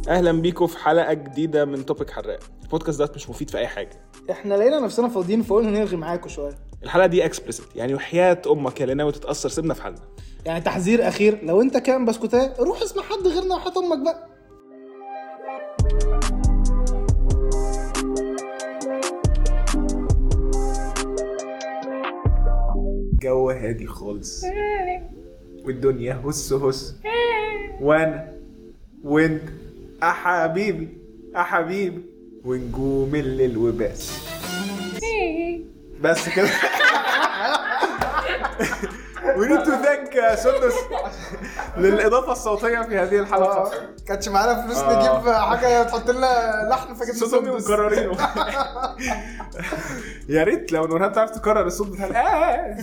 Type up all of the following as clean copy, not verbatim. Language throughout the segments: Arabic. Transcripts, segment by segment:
اهلا بيكم في حلقه جديده من توبيك حراق. البودكاست ده مش مفيد في اي حاجه، احنا لقينا نفسنا فاضيين فقلنا نرغي معاكم شويه. الحلقه دي اكسبلسيت، يعني وحياه امك يا لناوي تتاثر سيبنا في حالنا. يعني تحذير اخير، لو انت كان بسكوتاه روح اسمع حد غيرنا وحياة امك بقى. جو هادي خالص والدنيا هس هس وانا وانت حبيبي حبيبي ونجوم الليل وبس. بس كده. We need to thank سندس للإضافة الصوتية في هذه الحلقة. كانتش معانا فلوس نجيب حاجة تحط لنا لحن فجبنا صوتهم مكررينه. يا ريت لو نورهان تعرف تكرر الصوت بتاع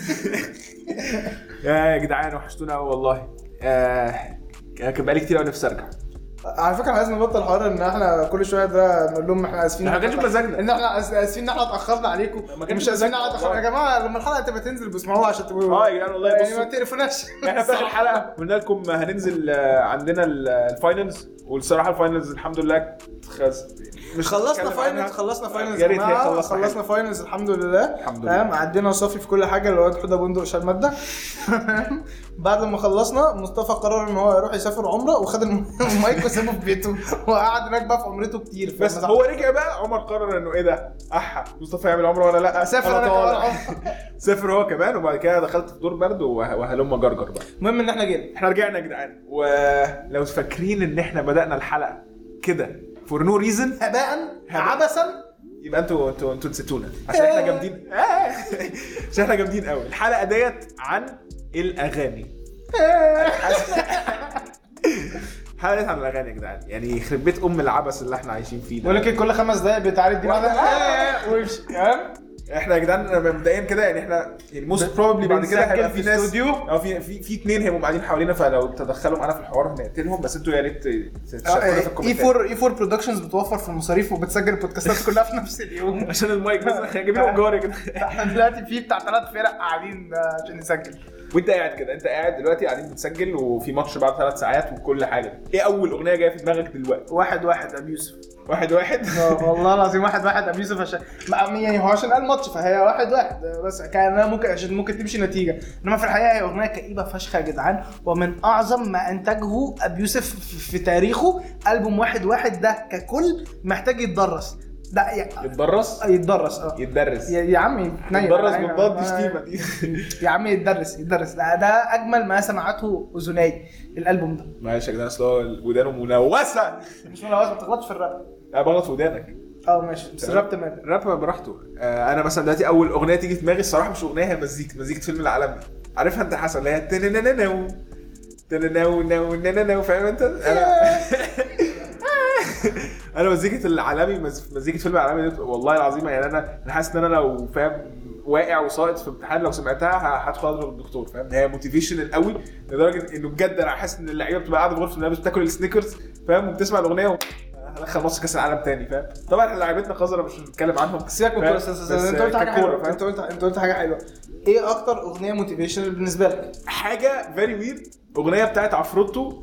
يا جدعان وحشتونا قوي والله. كان بقالي كتير قوي نفسي ارجع. على فكره عايزين نبطل حوار ان احنا كل شويه ده نقول لهم احنا اسفين، ما كانش مزاجنا ان احنا اسفين ان احنا اتاخرنا عليكم. مش اسفين ان احنا اتاخرنا يا جماعه، لما الحلقه تبقى تنزل بسمعوها عشان تبقوا يا جدعان والله يعني ما تقرفوناش. احنا في اخر حلقه قلنا لكم هننزل عندنا الفاينلز، والصراحه الفاينلز الحمد لله مش خلصنا فاينلز يا ريت هي خلصنا فاينلز الحمد لله. تمام، عدينا صافي في كل حاجه. الواد حوده بندق شال ماده. بعد لما خلصنا مصطفى قرر ان هو يروح يسافر عمره وخد المايك وسابه في بيته وقعد هناك بقى في عمرته كتير. بس هو رجع بقى عمر قرر انه ايه ده مصطفى يعمل عمره ولا لا. سافر انا كمان سافر هو كمان، وبعد كده دخلت في دور برد وهلم جرجر بقى. المهم ان احنا رجعنا يا جدعان. ولو فاكرين ان احنا بدأنا الحلقه كده فور نو ريزن هباء عبثا، يبقى انتوا نسيتونا عشان احنا جامدين. عشان احنا جامدين قوي. الحلقه ديت عن الاغاني. حلقه عن الاغاني يا جدعان، يعني يخرب بيت العبث اللي احنا عايشين فيه ده. ولكن كل 5 دقايق بتعرض دي ويمشي. احنا يا جدعان مبدئيا كده يعني احنا يعني موست بروبلي بعد كده هيبقى في ناس او في 2 هيبقوا قاعدين حوالينا، فلو تدخلوا معانا في الحوار هنقتلهم. بس انتوا يا ريت تشاركونا في الكومنتات. اي 4 برودكشنز بتوفر في المصاريف وبتسجل البودكاستات كلها في نفس اليوم عشان المايك بس جايبينه جاري كده. احنا دلوقتي في بتاع 3 فرق قاعدين عشان نسجل، وانت قاعد كده، انت قاعد دلوقتي قاعدين بنسجل وفي ماتش بعد 3 ساعات وكل حاجه. ايه اول اغنيه جايه في دماغك دلوقتي؟ 1-1 ابي يوسف. 1-1 والله العظيم 1-1 ابي يوسف. عشان يعني هو عشان قال ماتش فهي 1-1 بس كان ممكن تمشي نتيجه، انما في الحقيقه هي اغنيه كئيبه فشخ يا جدعان، ومن اعظم ما انتجه ابي يوسف في تاريخه. ألبوم 1-1 ده ككل محتاج يتدرس. ده يتدرس يا عمي يتدرس بالضبط شتيمه دي. يا عمي يتدرس ده اجمل ما سمعته اذناي الالبوم ده. ماشي يا جدعان، اصل ودانه ملوثه. مش ملوثه، ما تغلطش في الراب. انا بغلط في ودانك. ماشي، بس الراب تمام. الراب براحته. انا مثلا دلوقتي اول اغنيه تيجي في دماغي الصراحه مش اغنيه، هي مزيكه فيلم العالمي. عارفها انت حسن اللي هي تنننو فاهم انت؟ انا مزيكه العالمي، مزيكه فيلم العالمي والله العظيم. يعني انا حاسس ان انا لو فاهم واقع وساقط في امتحان لو سمعتها هدخل اضرب الدكتور. فاهم؟ هي موتيفيشنال قوي لدرجه انه بجد انا حاسس ان اللعيبه بتبقى قاعده في غرفه الملابس بتاكل السنيكرز فاهم، وبتسمع الاغنيه هدخل مصر كاس العالم تاني. فاهم؟ طبعا احنا لعيبتنا قذره مش هنتكلم عنهم. سيبك من الكوره. انت قلت حاجه حلوه. انت قلت حاجه حلوه. ايه اكتر اغنيه موتيفيشنال بالنسبه لك؟ حاجه فيري ويرد. اغنيه بتاعت عفروتو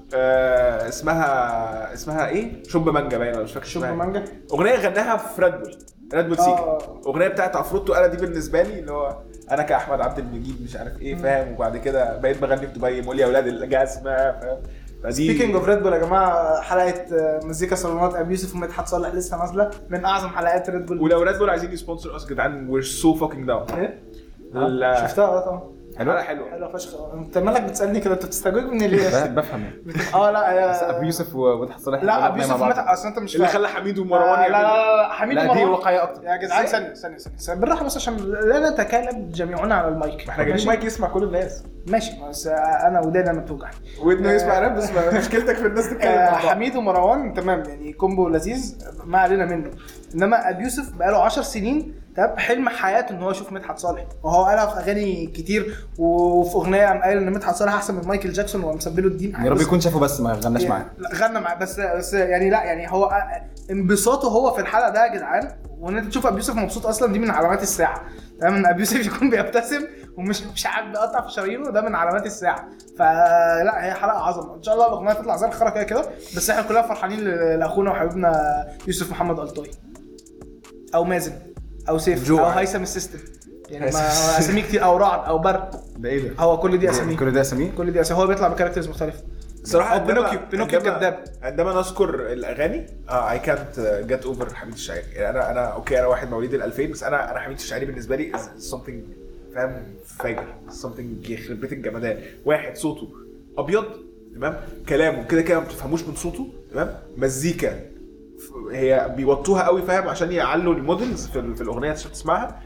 اسمها ايه؟ شوب مانجا باين ولا مش فاكر. شوب مانجا اغنيه غناها في راد بول سيكا. اغنيه بتاعت عفروتو انا دي بالنسبه لي اللي هو انا كاحمد عبد المجيد مش عارف ايه فاهم. وبعد كده بقيت بغني في دبي مول يا اولاد الجزمه فاهم. سبيكينج اوف ريد بول يا جماعه، حلقه مزيكا صالونات ابي يوسف ومدحت صالح لسه نازله، من اعظم حلقات ريد بول. ولو ريد بول عايزين يسبونسر اس جدعان وير سو فاكينج داون. شفتها طبعا حلوه فشخ. انت مالك بتسالني كده؟ انت بتستجوبني ليه؟ بفهم لا ابي يوسف ومدحت صالح. لا ابي يوسف مدحت اصلا انت مش اللي خلى حميد ومروان. لا حميد ومروان دي واقعيه اكتر يا جدعان. ثانيه بالراحه بس عشان لا نتكلم جميعنا على المايك. احنا جايبين مايك يسمع كل الناس. ماشي، بس انا وداني ما توجعني ودنه يسمع راب. بس مشكلتك في الناس تتكلم. حميد ومروان تمام يعني كومبو لذيذ ما علينا منه. انما ابي يوسف بقاله 10 سنين طب حلم حياته ان هو يشوف مدحت صالح، وهو قالها في اغاني كتير، وفي اغنيه قام قال ان مدحت صالح احسن من مايكل جاكسون ومسبله الدين. يا رب يكون شافه بس ما غناش معاه. لا غنى معاه بس يعني لا يعني هو انبساطه هو في الحلقه ده يا جدعان، وان انت تشوف ابي يوسف مبسوط اصلا دي من علامات الساعه. تمام، ان ابي يوسف يكون بيبتسم ومش عارف بيقطع في شرايينه، ده من علامات الساعه. فلا هي حلقه عظمه ان شاء الله، الاغنيه تطلع زي الخرا كده كده. بس احنا كلنا فرحانين لاخونا وحبيبنا يوسف محمد الطاي او مازن او سيف او هيثم السيستم، يعني ما اسامي كتير، او رعد او برد. ده ايه ده؟ هو كل دي اسامي، كل ده اسامي، كل دي اسامي. هو بيطلع بكاركترز مختلفه صراحه. بينوكيو كداب. عندما نذكر الاغاني اي كانت جت اوفر حميد الشاعري. يعني انا اوكي، انا واحد مواليد 2000، بس انا حميد الشاعري بالنسبه لي something فاهم فاجر، something يخرب بيت الجمدان. واحد صوته ابيض تمام، كلامه كده كده ما بتفهموش من صوته تمام، مزيكا هي بيوطوها قوي فاهم عشان يعلوا المودلز في الاغنيه عشان تسمعها.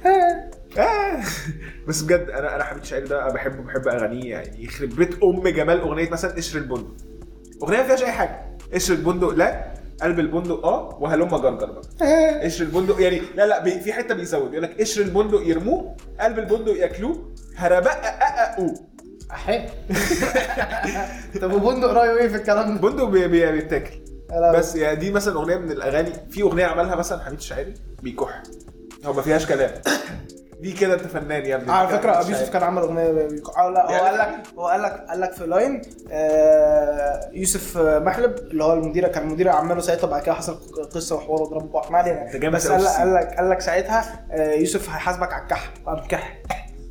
بس بجد انا حميد الشاعري ده بحب اغانيه، يعني يخرب بيت جمال اغنيه مثلا قشر البندق. اغنيه ما فيهاش اي حاجه، قشر البندق لا، قلب البندق وهلم جرجر بقى. قشر البندق يعني لا في حته بيزود يقول لك قشر البندق يرموه، قلب البندق ياكلوه، هربقه احي. طب وبندق رايه ايه في الكلام ده؟ بندق بيتاكل. بس يعني دي مثلا اغنيه من الاغاني. في اغنيه عملها مثلا حميد الشاعري بيكح، هو ما فيهاش كلام، دي كده انت فنان يا ابني. على فكره ابي يوسف كان عمل اغنيه لا هو قال لك في لاين يوسف محلب اللي هو المدير، كان المدير عمله ساعتها، بعد كده حصل قصه وحوار وضرب بعض ما علينا. بس قال لك ساعتها يوسف هيحاسبك على الكح. الكح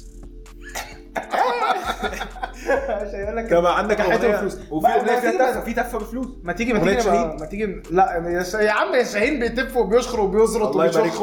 مش هيقول لك طب عندك حته فلوس، وفي اغنيه في تفه بفلوس. ما تيجي لا يا عم شاهين بيتف وبيشخر وبيزرط وبيشخ.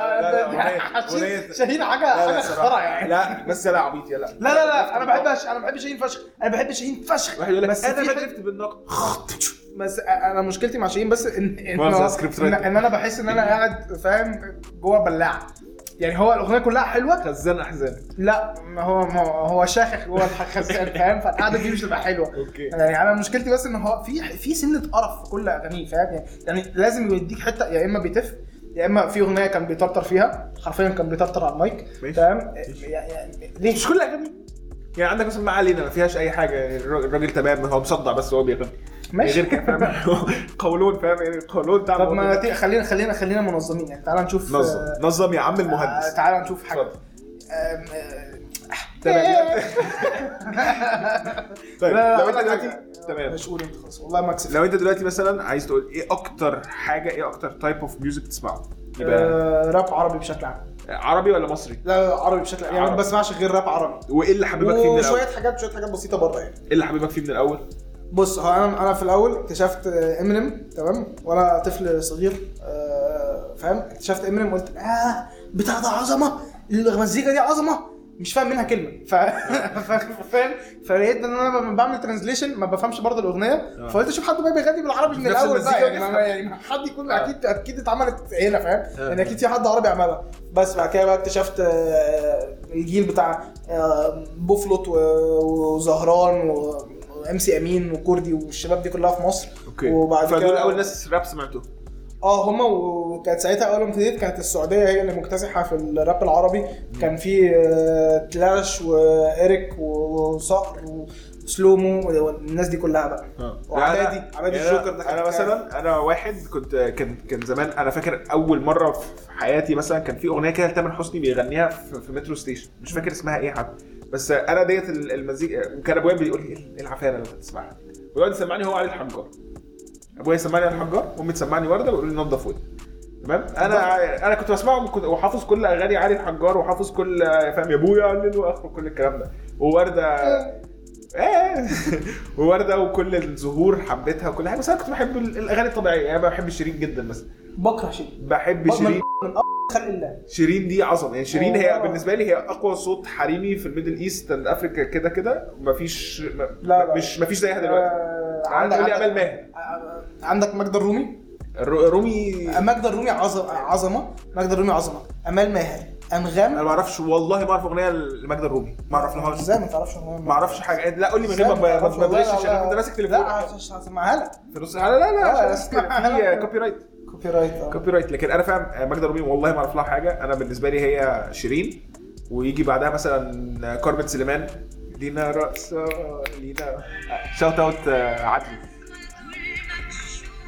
شاهين حاجه خرا يعني. لا بس لا عبيط يا لا انا بحب شاهين فشخ، واحد يقول لك بس انا بجربت بالنقد. بس انا مشكلتي مع شاهين بس ان انا بحس ان انا قاعد فاهم جوه بلاعه. يعني هو الاغنيه كلها حلوه، خزان احزان. لا هو شاخخ جوه الخزان فاهم، فالقعده دي مش تبقى حلوه. يعني انا مشكلتي بس ان هو في سنه قرف في كل اغانيه فاهم. يعني لازم يديك حته، يا اما بيتف يا اما في اغنيه كان بيطرطر فيها، حرفيا كان بيطرطر على المايك فاهم. يعني ليه مش كل اغاني؟ يعني عندك مثلا ما علينا ما فيهاش اي حاجه، الراجل تمام هو مصدع بس هو بيغني غير كده فاهم. قولون فاهم يعني قولون تعب. طب ما خلينا منظمين يعني. تعال نشوف نظم يا عم المهندس. تعال نشوف حاجه. طيب لو انت دلوقتي تمام مش قول انت خلاص والله ما اكسف. لو انت دلوقتي مثلا عايز تقول ايه اكتر حاجه، ايه اكتر تايب اوف ميوزك تسمعه؟ راب عربي بشكل عام. عربي ولا مصري؟ لا عربي بشكل عام، يعني ما بسمعش غير راب عربي. وايه اللي حبيبك فيه من الاول؟ وشويه حاجات بسيطه بره يعني. ايه اللي حبيبك فيه من الاول؟ بص هو انا في الاول اكتشفت امينيم تمام، وانا طفل صغير فاهم. اكتشفت امينيم قلت بتاع ده عظمه، المزيكا دي عظمه، مش فاهم منها كلمه فاهم. فلقيت ان انا لما بعمل ترانزليشن ما بفهمش برضه الاغنيه، فقلت اشوف حد بقى بيغني بالعربي من الاول بقى يعني حد يكون اكيد اتعملت هنا فاهم. يعني اكيد في حد عربي عملها. بس بعد كده بقى اكتشفت الجيل بتاع بوفلوت وزهران وام سي امين وكردي والشباب دي كلها في مصر. وبعد كده فدول اول ناس راب سمعتهم هما. وكانت ساعتها اول ما ابتديت كانت السعوديه هي اللي مكتسحه في الراب العربي. كان في كلاش وإيريك وصقر وسلومو والناس دي كلها بقى. وعبادي الجوكر ده. انا مثلا انا واحد كان زمان انا فاكر اول مره في حياتي مثلا كان في اغنيه كده تامر حسني بيغنيها في مترو ستيشن، مش فاكر اسمها ايه حتى، بس انا ديت المزيكا. وكان ابويا بيقول لي ايه العفانه اللي بتسمعها، ويقعد يسمعني هو علي الحجار. ابويا يسمعني علي الحجار، امي تسمعني ورده ويقول لي نضف ودني تمام. انا كنت بسمعهم وحافظ كل اغاني علي الحجار وحافظ كل فاهم يا ابويا علل واخر كل الكلام ده. وورده وورده وكل الزهور حبيتها وكل حاجه. بس انا كنت بحب الاغاني الطبيعيه يعني. بحب شيرين جدا مثلا، بكره شيرين، بحب شيرين من خلق الله. شيرين دي عظمه يعني. شيرين هي بالنسبه لي هي اقوى صوت حريمي في الميدل ايست اند افريكا كده مفيش مفيش زيها دلوقتي. عندك امال ماهر، عندك ماجدة الرومي. ماجدة الرومي عظمه. ماجدة الرومي عظمه. امال ماهر، انغام. انا ما اعرفش والله، ما اعرف اغنيه لماجدة الرومي، ما اعرف لهاش. ازاي ما تعرفش؟ ما اعرفش حاجه. لا قول لي من غير ما تبرش عشان انت ماسك تليفون. لا هسمعها لك في نص. لا في كوبي رايت. لكن انا فاهم ماجدة الرومي والله ما اعرف لها حاجه. انا بالنسبه لي هي شيرين، ويجي بعدها مثلا كارمن سليمان، لينا رأسا لينا شاوت اوت عدلي.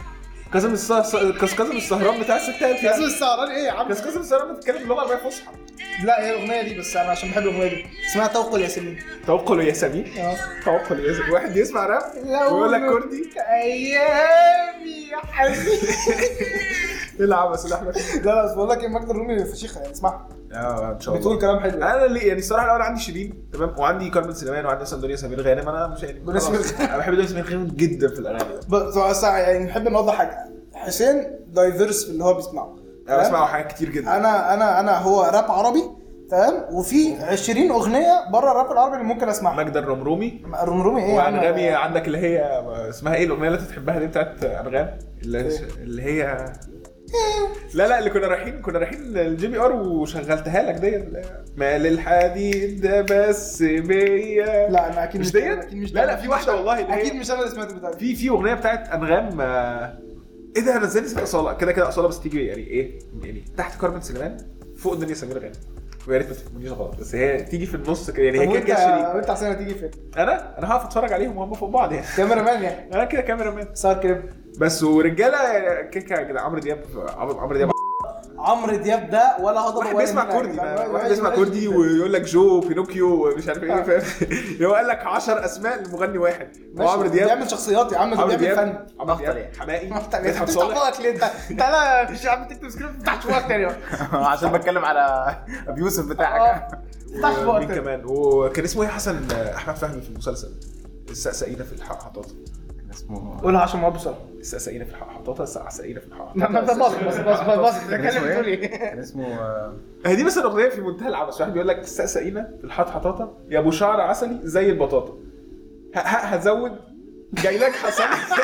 كاظم السهران بتاع الستات كاظم السهران ايه يا عم؟ كاظم السهران بتتكلم باللغه العربيه الفصحى. لا هي الاغنيه دي بس انا عشان بحب الاغنيه دي اسمها توقل ياسمين. توقل ياسمين. توقل ياسمين. واحد يسمع راب ويقول لك كردي ايامي يا حبيبي. ايه العبث اللي احنا فيه؟ لا بس بقول لك ايه، ماجدة الرومي فشيخه يعني اسمعها ان شاء الله بتقول كلام حلو. انا اللي يعني الصراحه لو انا عندي شيرين تمام وعندي كارمن سليمان وعندي مثلا دنيا سمير غانم انا مش يعني انا بحب دنيا سمير غانم جدا في الاغاني. بس يعني نحب نوضح حاجه، حسين دايفيرس في اللي هو بيسمعه. انا بسمع حاجات كتير جدا. انا هو راب عربي تمام، وفي 20 اغنيه بره الراب العربي اللي ممكن اسمعها. ماجدة الرمرومي. الرمرومي ايه؟ وانغامي عندك اللي هي اسمها ايه الاغنيه اللي انت تحبها دي بتاعت انغام اللي هي لا اللي كنا رايحين الجي بي ار وشغلتها لك ديت مال الحديد ده بس بيا. لا انا اكيد مش ديت. لا في واحده والله اللي اكيد مش انا اللي سمعت بتاعتها. في اغنيه بتاعت انغام ايه ده انا ازاي نسيت اصاله كده اصاله بس تيجي يعني ايه يعني تحت كارمن سليمان فوق الدنيا سمير غانم ويا ريت ما تفهمنيش غلط بس هي تيجي في النص كده يعني هي كده شريك. وانت عشان تيجي فين؟ انا هقف اتفرج عليهم وهم فوق بعض يعني كاميرا مان يعني. انا كده كاميرا مان صار كليب بس ورجاله كده كده عمرو دياب عمرو دياب ده ولا هضبه واحد ولا بيسمع كردي واحد بيسمع كردي ويقول لك جو بينوكيو مش عارف ايه فاهم. هو قال لك 10 اسماء لمغني واحد. هو عمرو دياب بيعمل شخصيات يا عم، ده بيعمل فن. عمرو دياب حمائي مدحت صالح. ليه انت لا مش عم تكتب سكريبت تحت شويه تاني عشان بتكلم على ابي يوسف بتاعك. تحت شويه مين كمان وكان اسمه ايه حسن احمد فهمي في المسلسل السقسقينه في الحق حطاطه اسمه قولها عشان ما ابصر. السقسقينه في الحق حطاطه السقسقينه في الحق بص بتتكلم بتقول ايه؟ كان اسمه هي دي مثلا اغنيه في منتهى العبث. واحد بيقول لك السقسقينه في الحق حطاطه يا ابو شعر عسلي زي البطاطا هزود جاي لك حسن.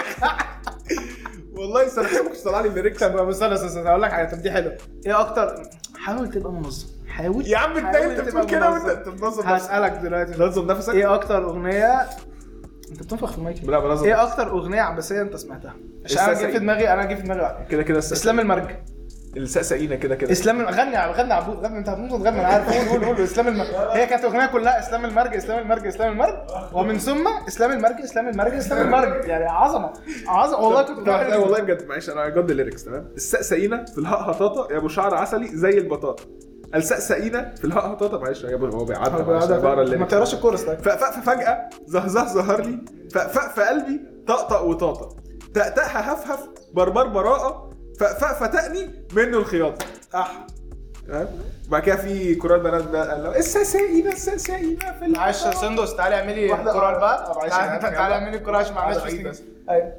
والله استنى ممكن تطلع لي الليركس. طب بس انا هقول لك حاجه. طب دي حلوه. ايه اكتر؟ حاول تبقى منظم. حاول يا عم انت بتقول كده وانت منظم. هسالك دلوقتي نظم نفسك. ايه اكتر اغنيه انت بتنفخ في المايك؟ لا بنظم. ايه اكتر اغنيه عباسيه انت سمعتها؟ عشان انا جه في دماغي واحد كده اسلام المرج. السقسقينه كده اسلام غني عبود غني. انت هتموت وتغني انا عارف. قول اسلام المرج. هي كانت اغنيه كلها اسلام المرج ومن ثم اسلام المرج يعني عظمه والله. كنت والله بجد معلش انا جد الليركس تمام. السقسقينه في الهاء هطاطه يا ابو شعر عسلي زي البطاطا السقسقينه في الهاء هطاطه معلش يا ابو هو بيعدي ما تقراش الكورس ده. فجاه ظهر لي في قلبي طقطق وطاطا تأتأها هفهف بربر براءه فتأني منه الخياطه تمام. بعد كده في كورال بنات بقى السقسقينه في معلش سندوس تعالي اعملي كورال بقى. تعالي اعملي كورال عشان معلش. ايوه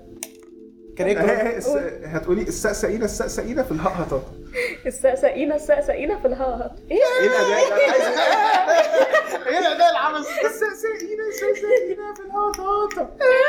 هتقولي السقسقينه في الهاء هطاطا. السقسقينه في الهاء. ايه الاداء ايه الاداء العبث؟ السقسقينه في الهاء هطاطا.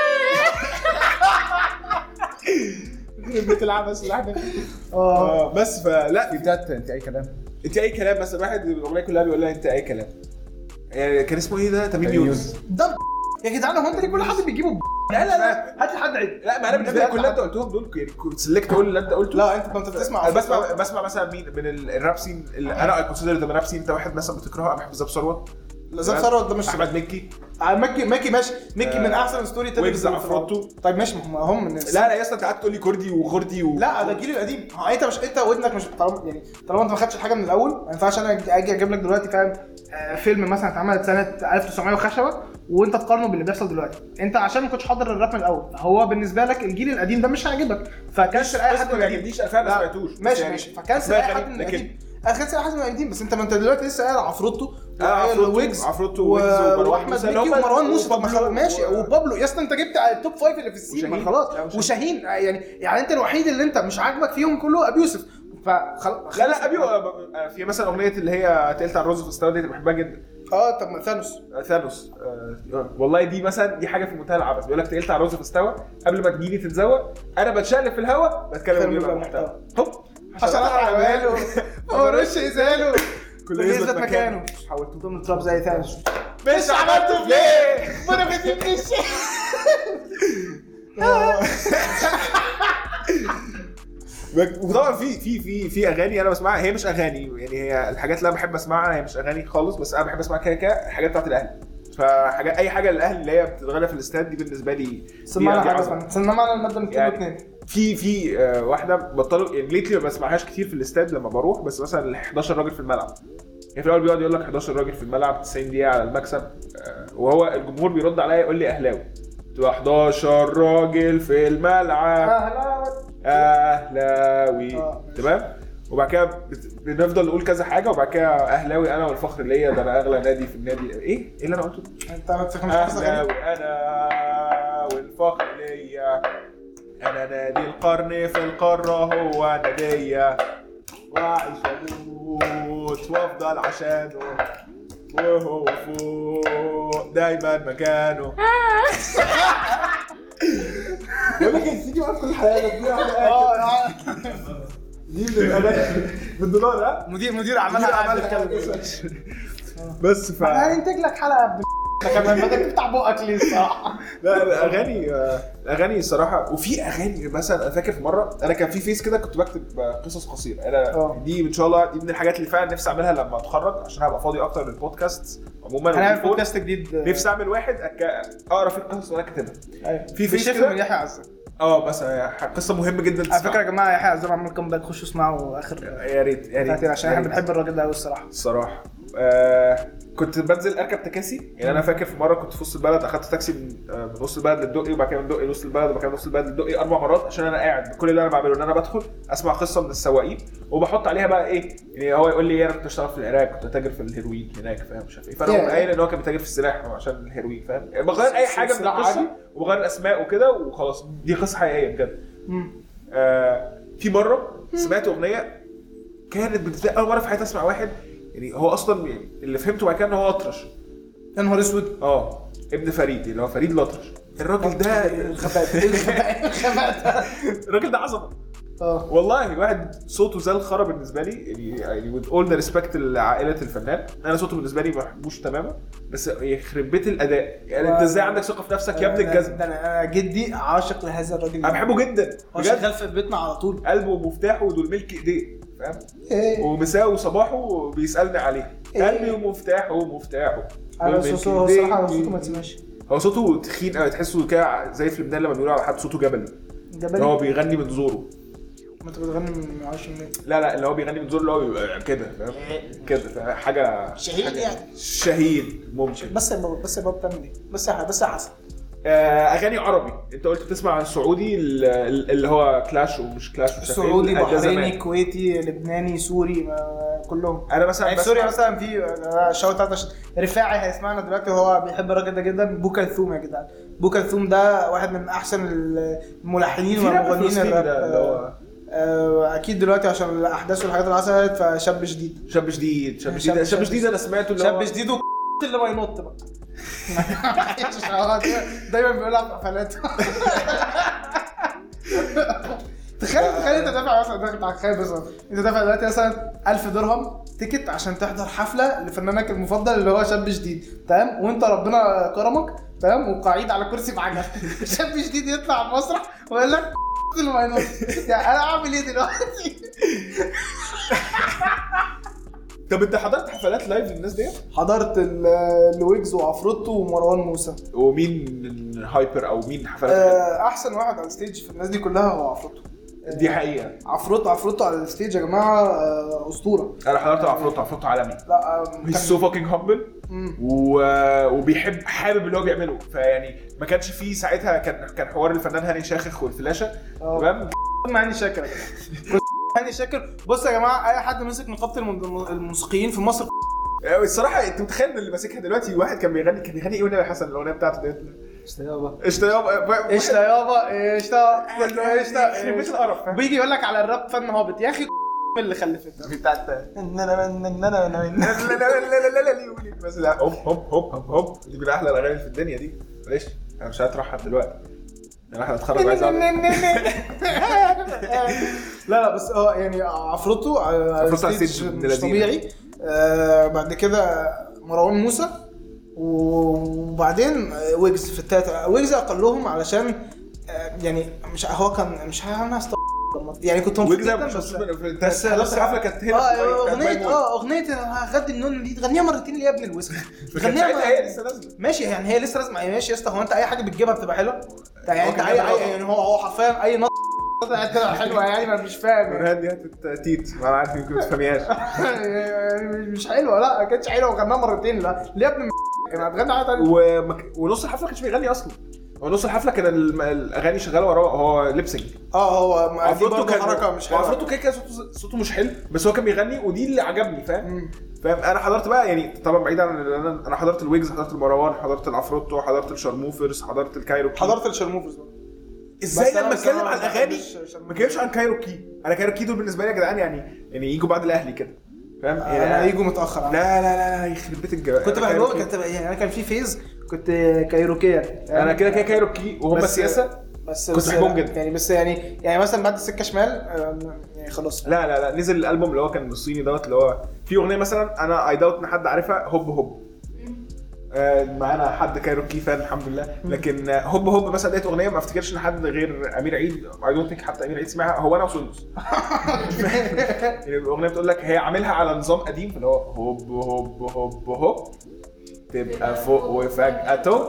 بيت العبث اللي احنا فيه. بس فلا بتاعت انت اي كلام بس الواحد الاغنيه كلها بيقول لها انت اي كلام. يعني كان اسمه ايه ده تميم يونس ده يا جدعان. هو انت ليه كل حد بيجيبه لا هات لي حد عيد. لا ما انا بالنسبه لي كل اللي انت قلتهم دول يعني كنت سلكت اقول اللي انت قلته. لا انت بتسمع. بسمع مثلا مين من الراب سين اللي انا كونسيدر ده راب سين. انت واحد مثلا بتكرهه. انا بحب زاب ثروت. زاب ثروت ده مش احمد مكي ماشي. مكي من احسن ستوري تيلرز عفروتو. طيب ماشي هم من لا يا اسطى انت قاعد تقول لي كردي وخردي لا ده الجيل القديم. انت مش انت ودنك مش يعني طالما انت ما خدتش حاجه من الاول ما ينفعش انا اجي اجيب لك دلوقتي فاهم فيلم مثلا اتعمل سنه 1900 وخشبه وانت تقارنه باللي بيحصل دلوقتي. انت عشان ما كنتش حاضر الراب من الاول فهو بالنسبه لك الجيل القديم ده مش هيعجبك. فكانش اي حد ما بيعجبنيش. انا فعلا ما سمعتوش. ماشي فكانش اي حد من القديم. كانش اي حد من القديم. بس انت ما انت دلوقتي لسه قايل عفروتو عفروتو واحمد مكي ومروان موسى. طب ما ماشي وبابلو يا اسطى انت جبت التوب 5 اللي في السين. ما خلاص وشاهين يعني انت الوحيد اللي انت مش عاجبك فيهم كله ابي يوسف. لا ابي في مثلا اغنيه اللي هي تقلت على الرز في الستاو دي بحبها جدا. طب ثانوس والله دي مثلا دي حاجه في منتهى العبث. بيقول لك تقلت على الرز في الستاو قبل ما تجيني تتزوق انا بتشقلب في الهواء بتكلم بيبقى محتوى هوب عشان اعمله ورش ازاله كل يثبت مكانه. حاولت تضم التراب زي ثانوس مش عملته ليه وانا بدي وطبعا في اغاني انا بسمعها هي مش اغاني يعني هي الحاجات اللي انا بحب اسمعها هي مش اغاني خالص. بس انا بحب اسمع كده الحاجات بتاعت الاهلي فحاجه اي حاجه للاهل اللي هي بتتغنى في الاستاد دي بالنسبه لي سمعنا دي حاجه عظمة. فن سمعنا الماده 202 في واحده بطلوا يعني ليتلي ما بسمعهاش كتير في الاستاد لما بروح، بس مثلا ال 11 راجل في الملعب يعني في الاول بيقعد يقول لك 11 راجل في الملعب 90 دقيقه على المكسب، وهو الجمهور بيرد عليا يقول لي اهلاوي، تبقى 11 راجل في الملعب اهلاوي تمام، وبعد كده بنفضل نقول كذا حاجه، وبعد كده اهلاوي انا والفخر ليا، ده انا اغلى نادي في النادي. ايه اللي انا قلته؟ انت ما تفهمش اهلاوي انا والفخر ليا، انا نادي القرن في القاره هو نادية، واعيش واموت وافضل عشانه، وهو فوق دايما مكانه. بقول لك تيجي معاك كل حاجه دي من الاغاني بالدولار. ها مدير اعمال بس هينتج لك حلقه كمان بدك تفتح بقك ليه الصراحه. لا الاغاني الصراحه، وفي اغاني مثلا انا فاكر في مره انا كان في فيس كده كنت بكتب قصص قصيره، انا دي ان شاء الله دي من الحاجات اللي فعلا نفسي اعملها لما اتخرج عشان هبقى فاضي اكتر للبودكاست عموما. هنعمل بودكاست جديد نفسي اعمل واحد اقرا فيه القصص وانا كاتبها. ايوه في فيس كده من يحيى عزام. بس قصه مهمه جدا على فكره يا جماعه يحيى عزام عمل كومباك، خشوا اسمعوا اخر يا ريت عشان احنا بنحب الراجل ده قوي الصراحه. كنت بنزل اركب تكاسي يعني. انا فاكر في مره كنت في وسط البلد اخدت تاكسي من وسط البلد للدقي، وبعد كده من الدقي لوسط البلد، وبعد كده من وسط البلد للدقي 4 مرات، عشان انا قاعد كل اللي انا بعمله ان انا بدخل اسمع قصه من السواقين وبحط عليها بقى ايه يعني. هو يقول لي انا كنت بشتغل في العراق، كنت تاجر في الهيروين هناك فاهم مش عارف ايه، فانا قايل ان هو كان بيتاجر في السلاح عشان الهيروين فاهم. بغير اي حاجه من القصه وبغير الاسماء وكده وخلاص. دي قصه حقيقيه بجد. في مره سمعت اغنيه كانت بالنسبه اول مره في حياتي اسمع واحد يعني هو اصلا يعني اللي فهمته بعد كده ان هو اطرش. يا نهار اسود. ابن فريد اللي هو فريد الأطرش. الراجل ده الخبات الراجل ده عظمه. والله واحد صوته زي الخرا بالنسبه لي يعني with all the respect لعائله الفنان. انا صوته بالنسبه لي ما بحبوش تماما، بس يخرب بيت الاداء يعني. انت ازاي عندك ثقه في نفسك يا ابن الجزم؟ ده انا جدي عاشق لهذا الراجل، انا بحبه جدا بجد. شغال في بيتنا على طول، قلبه ومفتاحه ودول ملك ايديه فاهم. ومساء وصباحه بيسالني عليه قلبي ومفتاحه ومفتاحه. انا صراحه صوته ما تسمعش. هو صوته تخين قوي، تحسه كده زي في لبنان لما بيقولوا على حد صوته جبلي. هو بيغني من زوره. ما انت بتغني من 10 متر. لا اللي هو بيغني من زوره اللي هو بيبقى كده فاهم كده حاجه شهيد يعني. شهيد ممكن. بس يا بابا بتعمل ايه؟ بس يا حسن. اغاني عربي. انت قلت بتسمع سعودي اللي هو كلاش ومش كلاش مش سعودي بحريني كويتي لبناني سوري كلهم. انا مثلا يعني سوريا مثلا في شوت اوت رفاعي هيسمعنا دلوقتي وهو بيحب الراجل ده جدا. بوكلثوم يا جدعان، بوكلثوم ده واحد من احسن الملحنين والمغنيين الراب. اكيد دلوقتي عشان الاحداث والحاجات اللي حصلت. فشاب جديد انا سمعته اللي شاب جديد اللي ما ينط بقى دايما بيقولها في حفلاته. تخيل انت دافع مثلا انت دافع دلوقتي مثلا 1000 درهم تيكت عشان تحضر حفله لفنانك المفضل اللي هو شاب جديد تمام، وانت ربنا كرمك تمام وقاعد على كرسي بعجل. شاب جديد يطلع على المسرح ويقول لك اللي ما ينط. يعني انا اعمل ايه دلوقتي؟ طب انت حضرت حفلات لايف للناس دي؟ حضرت لويجز وعفروتو ومروان موسى. ومين هايبر او مين حفلات؟ احسن واحد على الستيج في الناس دي كلها هو عفروتو. دي حقيقه. عفروتو على الستيج يا جماعه اسطوره. انا حضرت عفروتو عالمي. لا he's so fucking humble حابب اللي هو بيعمله. فيعني ما كانش فيه ساعتها كان حوار الفنان هاني شاخخ والفلاشه تمام. هاني شاكر هاني شاكر. بص يا جماعه اي حد مسك نقابه الموسيقيين في مصر الصراحه انت متخيل اللي ماسكها دلوقتي واحد كان بيغني ايه والنبي حسن الاغنيه بتاعته ديت اشتا مش القرف بيجي يقول لك على الراب فن هابط يا اخي اللي خلفت بتاعت بس لا هوب دي من احلى الاغاني في الدنيا دي. معلش انا مش هترحب دلوقتي انا راح اتخرج عايز لا بس يعني عفروتو على الستيج مش طبيعي. بعد كده مروان موسى وبعدين ويجز في التالتة. ويجز اقلهم علشان يعني مش هو كان مش هناس يعني كنت مبسوط ويجز جدا مش بس بس الحفله كانت هنا اغنيه هغني دي تغنيها مرتين ليه يا ابن الوسخ؟ تغنيها هي لسه نازله ماشي يعني هي لسه لازم ماشي يا اسطى. هو انت اي حاجه بتجيبها بتبقى حلوه يعني انت يعني هو حرفيا اي طلعت حلوه يعني ما مش فاهم يعني دي هتتيت ما انا عارف يمكن ما تفهميهاش مش حلوه لا ما كانتش حلوه وغناها مرتين لا ليه يا ابن كان هتغني حاجه ثانيه ونص الحفله ما كانش بيغني اصلا ونص الحفله كان الاغاني شغاله وراه هو ليبسينج هو عفروتو كان حركه مش حلوه عفروتو كده صوته مش حلو بس هو كان بيغني ودي اللي عجبني فاهم انا حضرت بقى يعني طبعا بعيد عن انا حضرت الويجز حضرت المروان حضرت العفروتو حضرت الشارموفرز حضرت الكايروكي حضرت الشارموفرز ازاي لما اتكلم عن الاغاني ما اتكلمش عن كايروكي انا كايروكي دول بالنسبه لي يا جدعان يعني يجوا بعد الاهلي كده فاهم يعني انا يجوا متاخر لا يخرب بيت الجو كنت بحبهم يعني انا كان في فيز كنت كايروكيا انا كده كايروكي وهم السياسه بس كنت بحبهم جدا يعني بس يعني مثلا بعد السكه شمال يعني خلاص لا نزل الالبوم اللي هو كان بالصيني دوت اللي هو في اغنيه مثلا انا اي داوت ان حد عارفها هوب معانا حد كايروكي فان الحمد لله لكن هوب مثلا لقيت اغنيه ما افتكرش ان حد غير امير عيد اي دونت ثينك حتى امير عيد سمعها هو انا وسندس يعني الاغنيه بتقول لك هي عاملها على نظام قديم اللي هو هوب تبقى فوق وفجاه توب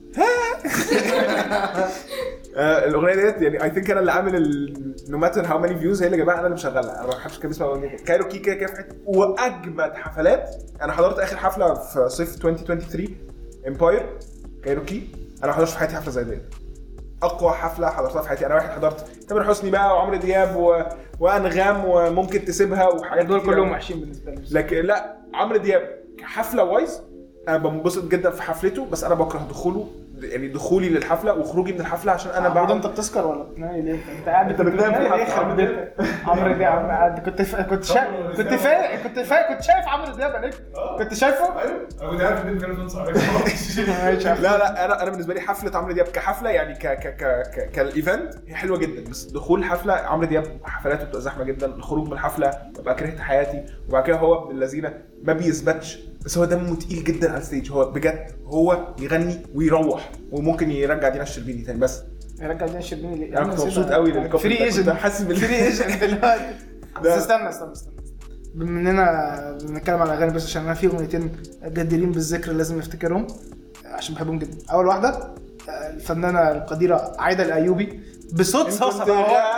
الاغنيه ديت يعني اي ثينك انا اللي عامل نو ماتر هاو ماني فيوز هي اللي جايبها انا اللي مشغلها انا ما حدش كان بيسمع الاغنيه كايروكي كده في حته واجمد حفلات انا حضرت اخر حفله في صيف 2023 امباير كايروكي انا ما حضرتش في حياتي حفله زي دي اقوى حفله حضرتها في حياتي انا واحد حضرت تامر حسني بقى وعمرو دياب وانغام وممكن تسيبها وحاجات دول كلهم وحشين بالنسبه لي لكن لا عمرو دياب حفله وايز انا بنبسط جدا في حفلته بس انا بكره دخوله يعني دخولي للحفله وخروجي من الحفله عشان انا بعد انت بتسكر ولا بتنام ليه انت قاعد بتنام ليه عمرو دياب كنت شايف عمرو دياب عليك كنت شايفه ايوه ابو دياب في كان لا انا بالنسبه لي حفله عمرو دياب كحفله يعني كالايفنت هي حلوه جدا بس دخول حفله عمرو دياب حفلاته بتبقى زحمه جدا الخروج من الحفله ببقى كرهت حياتي وبعد كده هو ابن الذين ما بيثبتش بس هو دمه تقيل جدا على الستيج هو بجد هو يغني ويروح وممكن يرجع دينا الشربيني تاني بس يرجع دينا الشربيني ليه انا كنت مبسوط قوي فري ايجنت حاسس بالفري ايجنت دلوقتي بس استنى بما اننا بنتكلم على اغاني بس عشان انا في اغنيتين جديرين بالذكر لازم نفتكرهم عشان بحبهم جدا اول واحده الفنانه القديره عايده الايوبي بصوت صاصه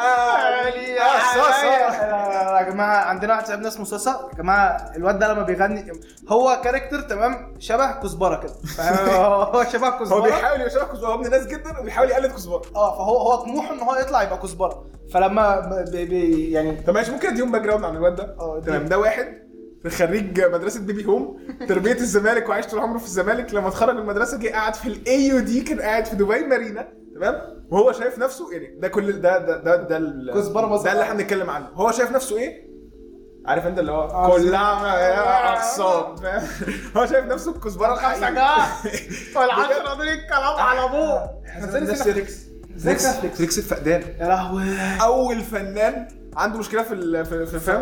يا جماعه عندنا واحد صاحبنا اسمه صاصه يا جماعه الواد ده لما بيغني هو كاركتر تمام شبه كزبره كده هو شبه كزبره هو بيحاول يبقى شبه كزبره ابن ناس جدا وبيحاول يقلد كزبره فهو طموحه ان هو يطلع يبقى كزبره فلما يعني طب ماشي ممكن اديهم باك جراوند عن الواد ده تمام ده واحد خريج مدرسه بيبي هوم تربيه الزمالك وعايش طول عمره في الزمالك لما اتخرج من المدرسه جه قاعد في الاي يو دي كان قاعد في دبي مارينا تمام وهو شايف نفسه يعني ده كل ده كزبره ده اللي احنا بنتكلم عنه هو شايف نفسه ايه عارف انت اللي هو كلها اعصاب هو شايف نفسه الكزبره الحقيقيه والعشره دول الكلام على ابوه فليكس الفقدان يا لهوي اول فنان عنده مشكله في فهم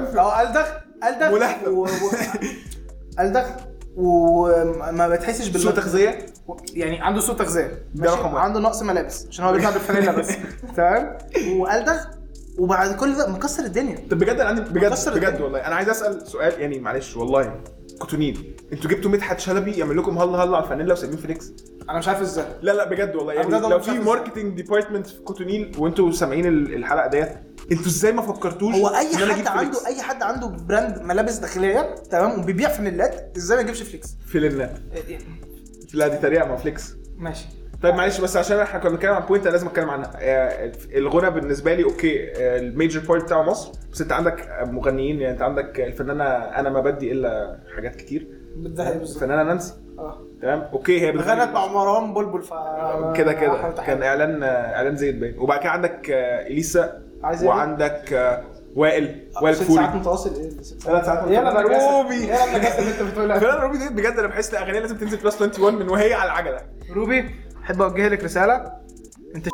ألدغ وما بتحسش بالصوت تغذيه يعني عنده صوت تغذيه عنده نقص ملابس عشان هو بيطلع بالفانيلا بس تمام وألدغ وبعد كل ده مكسر الدنيا طب بجد انا عندي بجد والله انا عايز اسال سؤال يعني معلش والله كوتونيل انتوا جبتوا مدحت شلبي يعمل لكم هلا على الفانيلا وسايبين فليكس انا مش عارف ازاي لا بجد والله يعني لو في ماركتنج ديبارتمنت في كوتونيل وانتوا سامعين الحلقه ديت انتوا ازاي ما فكرتوش هو اي حد عنده براند ملابس داخليه تمام وبيبيع فانيلات ازاي ما يجيبش فليكس فانيلات لا دي طريقه ما فليكس ماشي طيب معلش بس عشان احنا كنا بنتكلم عن بوينت لازم اتكلم عنها الغنى بالنسبه لي اوكي الميجر بارت بتاع مصر بس انت عندك مغنيين يعني انت عندك الفنانه انا ما بدي الا حاجات كتير الفنانه نانسي تمام اوكي هي غنت مع مروان بلبل كده كان اعلان زيد باين وبعد كده عندك اليسا وعندك وائل فوري ساعات متواصل ايه 3 ساعات يلا روبي يلا الناس اللي انت بتقولها فعلا روبي دي بجد انا بحس الاغاني لازم تنزل بلس 21 من وهي على العجله روبي احب اوجه لك رساله انت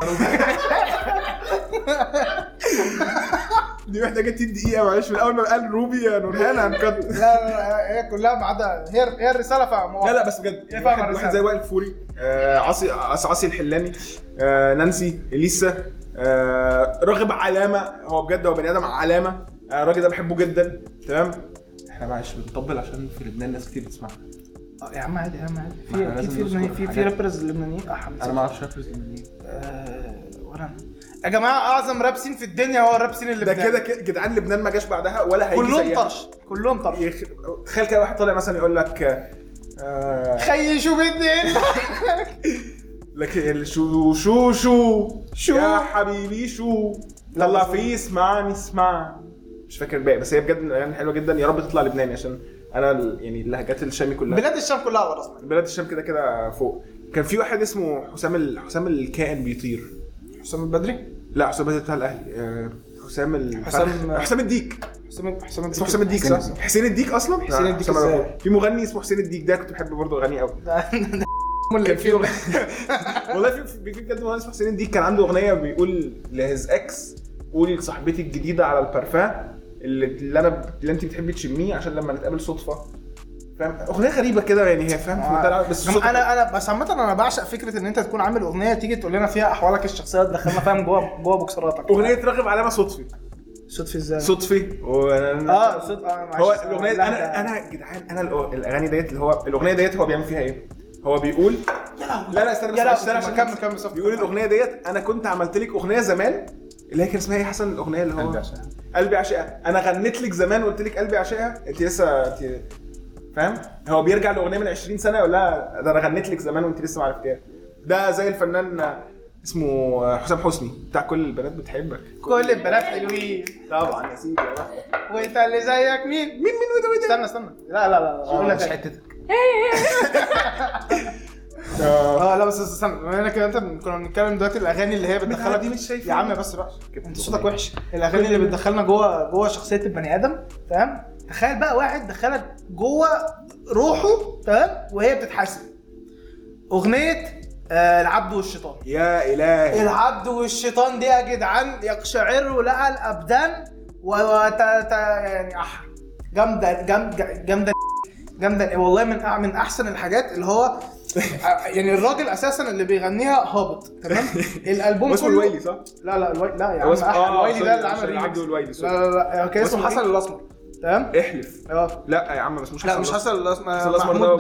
دي محتاجه دقيقه معلش من اول ما قال روبي يا نورهان هنقد لا هي كلها ما عدا هي الرساله فاهمه لا بس بجد واحد زي وائل فوري عاصي الحلاني نانسي اليسا راغب علامه، هو بجد هو بني ادم علامه. الراجل ده بحبه جدا. تمام. احنا معلش بنطبل عشان في لبنان ناس كتير بتسمعنا. يا عم عادي يا عم عادي. ما إحنا في لازم في نذكر في حاجات. رابرز لبنانيين حمزه. انا ما اعرفش رابرز لبنانيين. ولا أنا. يا جماعه اعظم راب سين في الدنيا هو الراب سين ده اللبناني. كده جدعان لبنان ما جاش بعدها ولا هيجي كلهم زيها. طرش كلهم طرش. تخيل كده واحد طالع مثلا يقول لك خيي شو بدي لك شو يا حبيبي شو طلع فيه اسمعني. مش فاكر الباقي بس هي بجد الاغاني حلوه جدا. يا رب تطلع لبناني عشان انا يعني اللهجات الشامي كلها. بلاد الشام كلها على راسنا. بلاد الشام كده فوق. كان في واحد اسمه حسام الكائن بيطير. حسام البدري. لا حسام البدري بتاع الاهلي. حسام الديك. اسمه حسام الديك صح؟ حسين الديك اصلا. حسين الديك ازاي؟ في مغني اسمه حسين الديك ده كنت بحب برضه اغانيه قوي. كان في والله في بجد مهندس حسين الديك كان عنده اغنيه بيقول لهز اكس قولي لصاحبتي الجديده على البارفان اللي انت بتحبي تشميه عشان لما نتقابل صدفه. فاهم؟ اغنيه غريبه كده يعني هي فاهم بس انا بس عامه انا بعشق فكره ان انت تكون عامل اغنيه تيجي تقول لنا فيها احوالك الشخصيه تدخلنا فاهم جوه بوكسراتك. اغنيه راغب علامه صدفي ازاي؟ صدفي هو الاغنيه انا جدعان انا الاغاني ديت اللي هو الاغنيه ديت هو بيعمل فيها ايه؟ هو بيقول لا استنى عشان كمل بيقول الاغنيه ديت انا كنت عملت لك اغنيه زمان اللي هي كان اسمها ايه حسن الاغنيه اللي هو قلبي عاشقها. انا غنيت لك زمان وقلت لك قلبي عاشقها انت لسه انت فاهم. هو بيرجع لاغنيه من 20 سنه يقول لها ده انا غنيت لك زمان وانت لسه ما عرفتيها. ده زي الفنان اسمه حسام حسني بتاع كل البنات بتحبك. كل البنات حلوين طبعا يا سيدي. وانت اللي زيك مين وده استنى لا اقول لك حتتك. لا بس استنى انا كده انت كنا بنتكلم دلوقتي الاغاني اللي هي بتدخلك دي مش شايف يا عم بس بقى انت صوتك وحش. الاغاني اللي بتدخلنا جوه شخصيه البني ادم تمام. تخيل بقى واحد دخلك جوه روحه تمام وهي بتتحاسب. اغنيه العبد والشيطان. يا الهي العبد والشيطان دي يا جدعان يقشعر لها الابدان يعني جامده والله من احسن الحاجات اللي هو يعني الراجل اساسا اللي بيغنيها هابط تمام. الالبوم اسمه الويلي صح؟ لا يا عم الويلي ده اللي عمل العبد والويلي. لا كان اسمه حسن الاسمر تمام. احلف. لا يا عم بس مش لا مش حسن الاسمر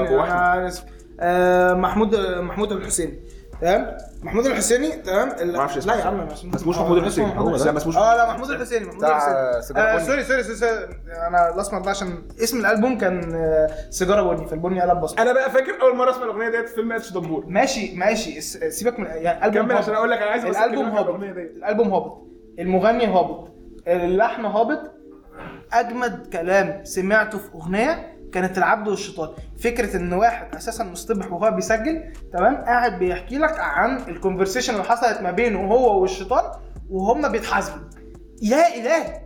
محمود الحسيني تمام. محمود الحسيني تمام. لا يا عم ما اسموش محمود الحسيني. لا ما اسموش. لا محمود الحسيني سوري انا الاسمر ده عشان اسم الالبوم كان سيجاره بني فالبني قلب بصمه. انا بقى فاكر اول مره اسمع الاغنيه ديت في فيلم اتش دبور. ماشي سيبك من يعني الالبوم كمل عشان اقول لك انا عايز الالبوم هابط المغني هابط اللحن هابط. اجمد كلام سمعته في اغنيه كانت العبد والشيطان. فكره ان واحد اساسا مصطبح وهو بيسجل تمام قاعد بيحكي لك عن الكونفرسيشن اللي حصلت ما بينه هو والشيطان وهم بيتحاسبوا. يا الهي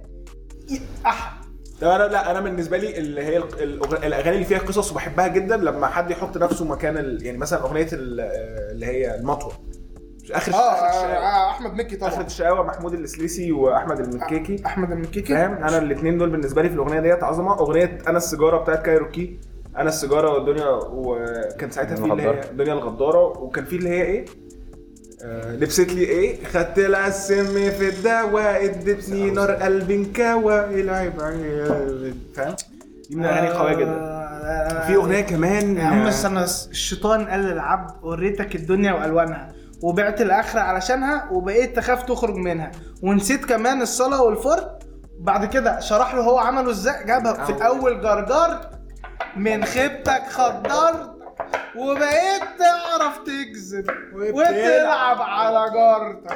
لا انا بالنسبه لي اللي هي الاغاني اللي فيها قصص وبحبها جدا لما حد يحط نفسه مكان يعني مثلا اغنيه اللي هي المطوه اخر احمد مكي طبعا. اخر الشقاوه محمود الاسليسي واحمد المكيكي فاهم. انا الاثنين دول بالنسبه لي في الاغنيه ديت عظمه. اغنيه انا السيجاره بتاعت كايروكي انا السيجاره والدنيا وكان ساعتها في اللي هي الدنيا الغداره وكان في اللي هي ايه لبست لي ايه خدت لها السم في الدواء ادتني نار قلبي انكوى العيب فاهم. دي من الاغاني قويه جدا. في اغنيه كمان يا عم استنى الشيطان قال للعبد وريتك الدنيا والوانها وبعت الاخره علشانها وبقيت تخاف تخرج منها ونسيت كمان الصلاه والفرد. بعد كده شرح له هو عمله ازاي. جابها في الاول جرجر من خيبتك خدرت وبقيت تعرف تكذب وبتلعب على جارتك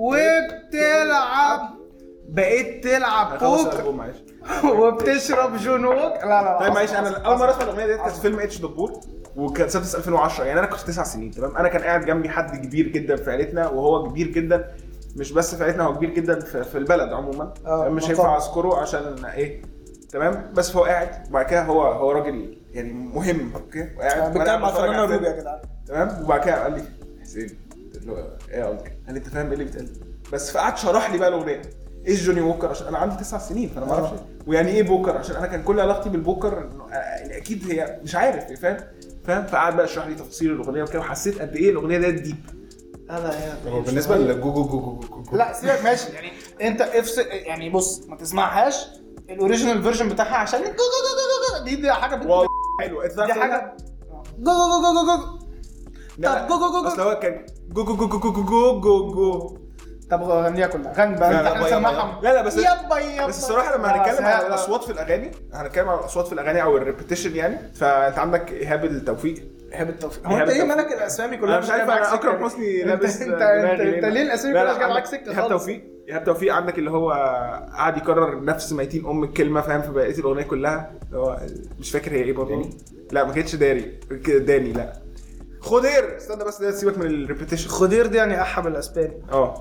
بقيت تلعب بوك وبتشرب جنوك. لا طيب معلش انا اول مره اسمع الاغنيه دي كانت في فيلم اتش دبور وكان سنه 2010 يعني انا كنت 9 سنين تمام. انا كان قاعد جنبي حد كبير جدا في عيلتنا وهو كبير جدا مش بس في عيلتنا هو كبير جدا في البلد عموما. مش هينفع اذكره عشان ايه تمام. بس هو قاعد وبعد كده هو راجل يعني مهم اوكي وقاعد بتكلم مع فنان روبي يا جدعان تمام. وبعد كده قال لي حسين قلت له ايه قصدك؟ قال لي انت فاهم ايه اللي بيتقال بس. فقعد شرح لي بقى الاغنيه ايه جوني ووكر عشان انا عندي 9 سنين فانا ما اعرفش ويعني ايه بوكر عشان انا كان كل علاقتي بالبوكر يعني اكيد هي مش عارف فاهم. فقعد بقى يشرح لي تفاصيل الاغنيه وكده وحسيت قد ايه الاغنيه دي ديب هو بالنسبه للجو جو جو جو جو لا سيبك ماشي يعني انت افصل يعني بص ما تسمعهاش الاوريجينال فيرجن بتاعها عشان دي حاجه واو حلو دي حاجه جو جو جو جو جو طب جو جو جو اصل هو كان جو جو جو جو جو جو جو جو طب غنيها كلها غني بقى انت هتسمعها لا بس يابا بس الصراحه لما هنتكلم عن الاصوات في الاغاني هنتكلم عن الاصوات في الاغاني او الريبيتيشن يعني فانت عندك ايهاب التوفيق هو انت ايه مالك الاسامي كلها مش عارف انا اكرم حسني لابس انت ليه الاسامي كلها جايه معاك سكه خالص ايهاب توفيق عندك اللي هو قاعد يكرر نفس ميتين الكلمه فاهم في بقيه الاغنيه كلها اللي هو مش فاكر هي ايه برضه لا ما كانتش داني لا خضير استنى بس ده سيبك من الريبيتيشن خضير دي يعني احب الاسباني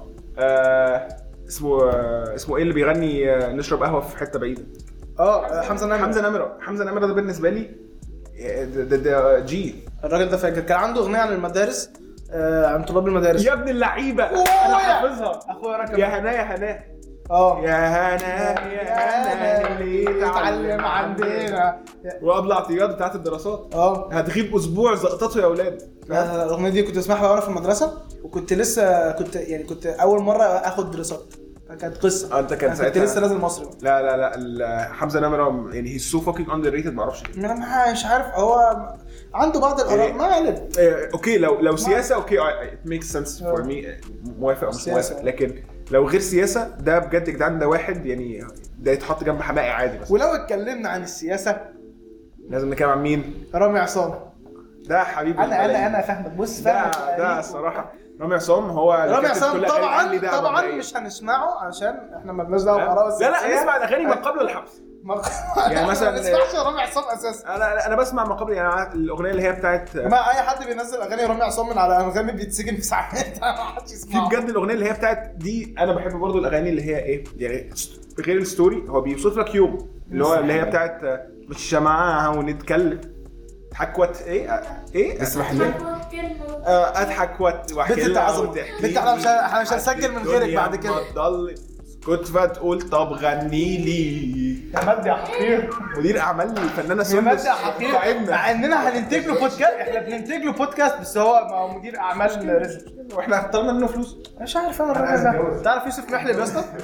اسمه ايه اللي بيغني نشرب قهوه في حته بعيده حمزه نمره ده بالنسبه لي ده جي الراجل ده فاكر كان عنده اغنيه عن المدارس عن طلاب المدارس يا ابن اللعيبه انا حافظها اخويا ركب يا هنا يا هنا اللي يتعلم عندنا وقبل اعتياد بتاعت الدراسات هتغيب اسبوع زقطته يا اولاد. الاغنيه دي كنت اسمعها وانا في المدرسه وكنت لسه كنت اول مره اخد دراسات كانت قصه انت كان كنت لسه نازل مصر لا حمزه نمره يعني هي سو فاكينج اندر ريتد ما اعرفش مش عارف هو عنده بعض الاراء ما علم اوكي لو سياسه اوكي it makes sense for me موافق او مش موافق لكن لو غير سياسه ده بجد يا جدعان ده واحد يعني ده يتحط جنب حماقي عادي بس ولو اتكلمنا عن السياسه لازم نتكلم عن مين؟ رامي عصام ده حبيبي انا فاهمك بص فاهمك ده الصراحه رامي عصام هو رامي عصام طبعا مش هنسمعه عشان احنا ما لناش دعوه باراء لا نسمع الاغاني ما قبل الحبس يعني مثلا ما بسمعش رامي عصام اساسا انا بسمع ما قبل يعني الاغنيه اللي هي بتاعت ما اي حد بينزل اغاني رامي عصام من على انغامي بيتسجن في ساعات ما حدش يسمعها في بجد الاغنيه اللي هي بتاعت دي انا بحب برضو الاغاني اللي هي ايه يعني غير الستوري هو بيوصف لك يوم اللي هي بتاعت مش معاها ونتكلم اضحك ايه اسمح لي اضحك واحكي بنت عظمه بنت احنا مش هنسجل من غيرك بعد كده كنت فتقول طب غني لي يا مجدي يا حقير مدير اعمال الفنانه سندس يا مجدي يا حقير مع اننا هننتج له بودكاست احنا بننتج له بودكاست بس هو مدير اعمال رزق واحنا اخترنا منه فلوس مش عارف انا الراجل ده تعرف يوسف محلب يا اسطى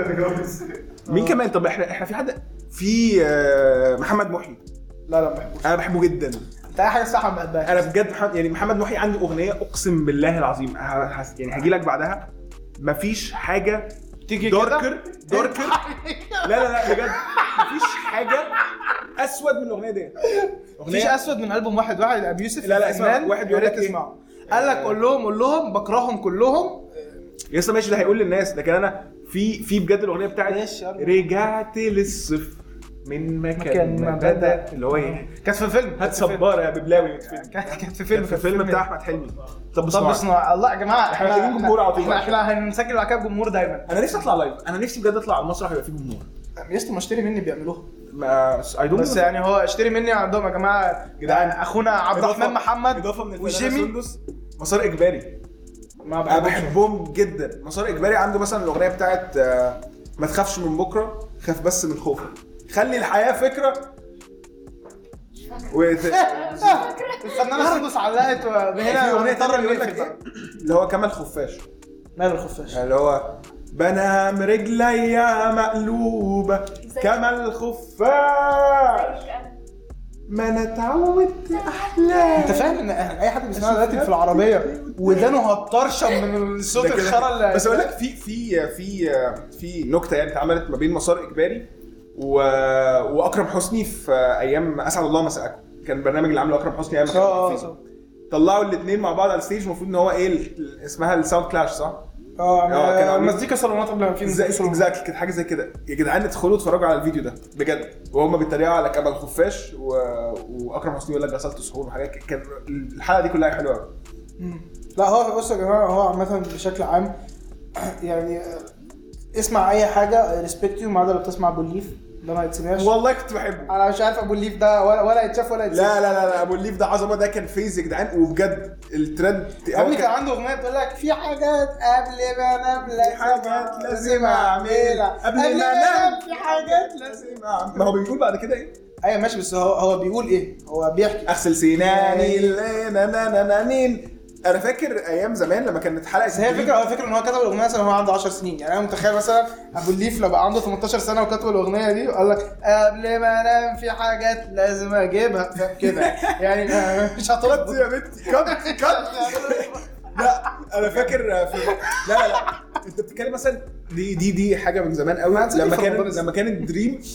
مين كمان طب احنا في حد في محمد محي لا ما بحبوش انا بحبه جدا انت اي حاجه صح ما بحبهاش انا بجد يعني محمد محي عنده اغنيه اقسم بالله العظيم يعني هاجي لك بعدها مفيش حاجه تيجي داركر لا بجد مفيش حاجه اسود من الاغنيه دي مفيش اسود من البوم واحد ابي يوسف لا اسمع واحد بيقول لك اسمعوا قال لك قول لهم بكرههم كلهم يسا ماشي ده هيقول للناس لكن انا في بجد الاغنيه بتاعت رجعت للصفر من مكان ما بدا اللي هو ايه كانت في فيلم هات صباره يا ببلاوي كانت في فيلم بتاع احمد حلمي طب اسمع الله يا جماعه احنا محتاجين جمهور على طول احنا هنسجل على كده جمهور دايما انا نفسي اطلع لايف انا نفسي بجد اطلع على المسرح يبقى فيه جمهور يا اشتري مني بيعملوها بس يعني هو اشتري مني عندهم يا جماعه جدعان اخونا عبد الرحمن محمد وجيمي مسار اجباري انا بحبهم جدا مسار اجباري عنده مثلا الاغنيه بتاعت ما تخافش من بكره خاف بس من خوفك خلي الحياه فكره الفنانه سندس علقت وهنا اغنيه طر اللي هو كمال خفاش مال الخفاش اللي هو بنام رجليا مقلوبه كمال خفاش ما انا اتعودت احلام انت فاهم ان اي حد بيسمعنا دلوقتي في العربيه ودانه هتطرشم من صوت الخرا بس اقول لك في نكته يعني اتعملت ما بين مسار اجباري واكرم حسني في ايام اسعد الله مساءكم كان البرنامج اللي عامله اكرم حسني ايام طلعوا الاثنين مع بعض على الستيج المفروض ان هو ايه اسمها الساوند كلاش صح كانوا مزيكا صالونات قبل ما في اكزاكتلي كانت حاجه زي كده يا جدعان ادخلوا اتفرجوا على الفيديو ده بجد وهم بيتريقوا على كمال خفاش واكرم حسني يقول لك غسلت صحون وحاجات كان الحلقه دي كلها حلوه قوي لا هو بصوا يا جماعه هو عامه بشكل عام يعني اسمع اي حاجه ريسبكت يو ما عدا لو بتسمع ابو الليف ده ما يتسمعش والله كنت بحبه انا مش عارف ابو الليف ده ولا يتشاف ولا يتسمع لا ابو الليف ده عظمه ده كان فيز يا جدعان وبجد الترند قبل كان عنده اغنيه بتقول لك في حاجات قبل ما انام في حاجات لازم اعملها قبل ما انام في حاجات لازم اعملها ما هو بيقول بعد كده ايه ايوه ماشي بس هو بيقول ايه هو بيحكي اغسل سناني انا فاكر ايام زمان لما كانت حلقه بس هي فكره ان هو كتب الاغنيه مثلا وهو عنده 10 سنين. يعني انا متخيل مثلا ابو الليف لو بقى عنده 18 سنه وكتب الاغنيه دي وقال لك قبل ما انام في حاجات لازم اجيبها، فاهم كده يعني مش هترد يا بنتي كات. لا انا فاكر لا انت بتتكلم مثلا دي حاجه من زمان قوي لما كانت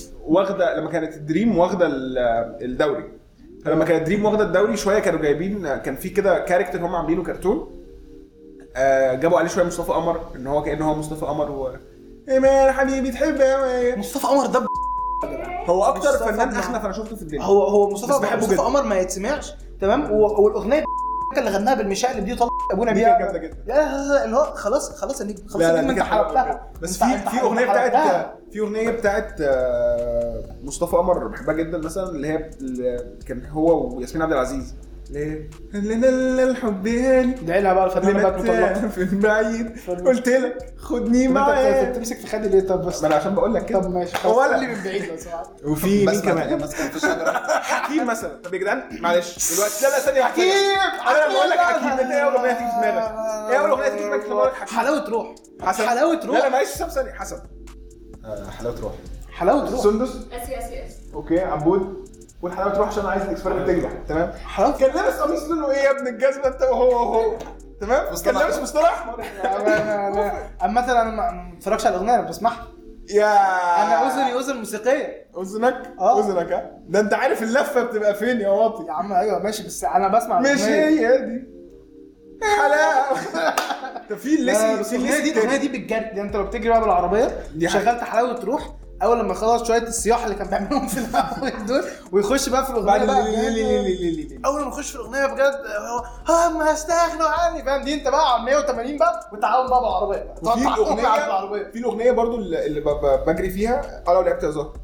دريم واخده الدوري. فلما كانت دريم واخده الدوري شويه كانوا جايبين، كان في كده كاركتر هم عاملينه كرتون، جابوا عليه شويه مصطفى قمر ان هو كانه هو مصطفى قمر و ايه مان حبيبي تحب مصطفى قمر ده هو اكتر فنان احنا انا شفته في الدنيا. هو مصطفى قمر ما يتسمعش تمام. والاغنيه اللي غناها بالمشاقلب دي طلع ابونا بيها جامده جدا. لا اللي هو خلاص النجم خلاص النجم انت حرقتها. بس في اغنيه بتاعت مصطفى قمر بحبها جدا مثلا، اللي هي كان هو وياسمين عبد العزيز ليه الحب هاني دعي لها بقى الفنانه بقى مطلقه في بعيد قلت لك خدني معاك. انت بتمسك في خدي ليه؟ طب بس ما انا عشان بقول لك كده. طب ماشي قول لي من بعيد لو سمحت. وفي مين كمان حكيم مثلا. طب يا جدعان معلش دلوقتي لا ثانيه حكيم انا بقول لك حكيم انت ايه اول اغنيه تيجي في دماغك؟ ايه اول اغنيه تيجي في دماغك؟ حلاوه روح. لا معلش ثانيه حسن حلاوه روح سندس اسي اوكي عبود والحلاوه تروح عشان عايز الاكسبيرمنت تنجح. تمام كان لابس قميص لونه ايه يا ابن الجزمه انت وهو تمام كان لابس مصطلح. اما مثلا انا ما اتفرجش على الاغنيه، انا بسمعها. يا انا اذن موسيقيه. اذنك ده انت عارف اللفه بتبقى فين يا واطي يا عم. ايوه ماشي بس انا بسمع مش هي دي حلاوه. ده في الاغنيه دي بجد. انت لو بتجري بقى بالعربيه شغلت حلاوه تروح، اول لما خلص شويه الصياح اللي كان بيعملهم في الاول دول ويخش بقى في الاغنيه بقى اول ما يخش في الاغنيه بجد هم استغنوا عني، فاهم؟ دي انت بقى على 180 بقى وتعاون بقى بالعربيه. في الاغنيه برضو اللي بجري فيها لو لعبت يا زهر.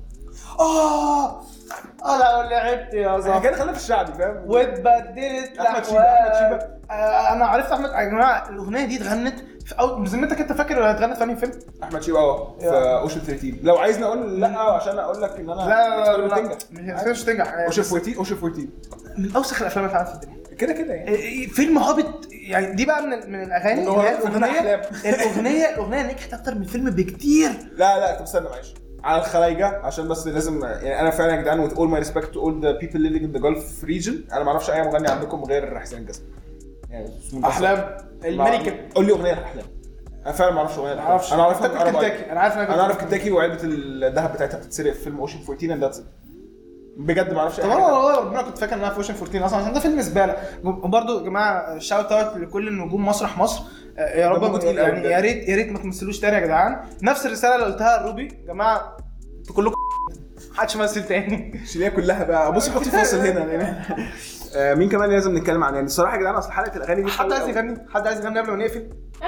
لو لعبت يا زهر كان خلينا في الشعبي فاهم واتبدلت احمد شيبه. انا عرفت احمد يا جماعه الاغنيه دي اتغنت او بذمتك انت فاكر اتغنت في انهي فيلم؟ احمد شيبه في اوشن 13. لو عايزني اقول لا عشان اقول لك ان انا لا مش تنجح. اوشن 14 من اوسخ الافلام اللي اتعملت في الدنيا كده يعني. فيلم هابط يعني. دي بقى من الاغاني الاغنيه نجحت اكتر من فيلم بكتير. لا طب استنى معلش على الخلايجه عشان بس لازم يعني انا فعلا يا جدعان with all my respect to all the people living in the Gulf region انا ما اعرفش اي مغني عندكم غير حسين الجسمي يعني احلام الملكه. قول لي اغنيه الاحلام. انا فعلا ما اعرفش اغنيه الاحلام. انا عارف كنتاكي. انا عارف كنتاكي وعلبه الذهب بتاعتها بتتسرق في فيلم اوشن 14 and that's it. بجد ما اعرفش اي حاجه. والله ربنا كنت فاكر انها في اوشن 14 اصلا عشان ده فيلم زباله. وبرده يا جماعه شاوت اوت لكل النجوم مسرح مصر. يا رب يعني يا ريت ما تمثلوش تاني يا جدعان. نفس الرساله اللي قلتها لروبي يا جماعه انتوا كلكم محدش يمثل تاني. شيليها كلها بقى. بص حطي فاصل هنا. مين كمان لازم نتكلم عن يعني الصراحه يا جدعان اصل حلقه الاغاني دي حد عايز يغني قبل ما نقفل.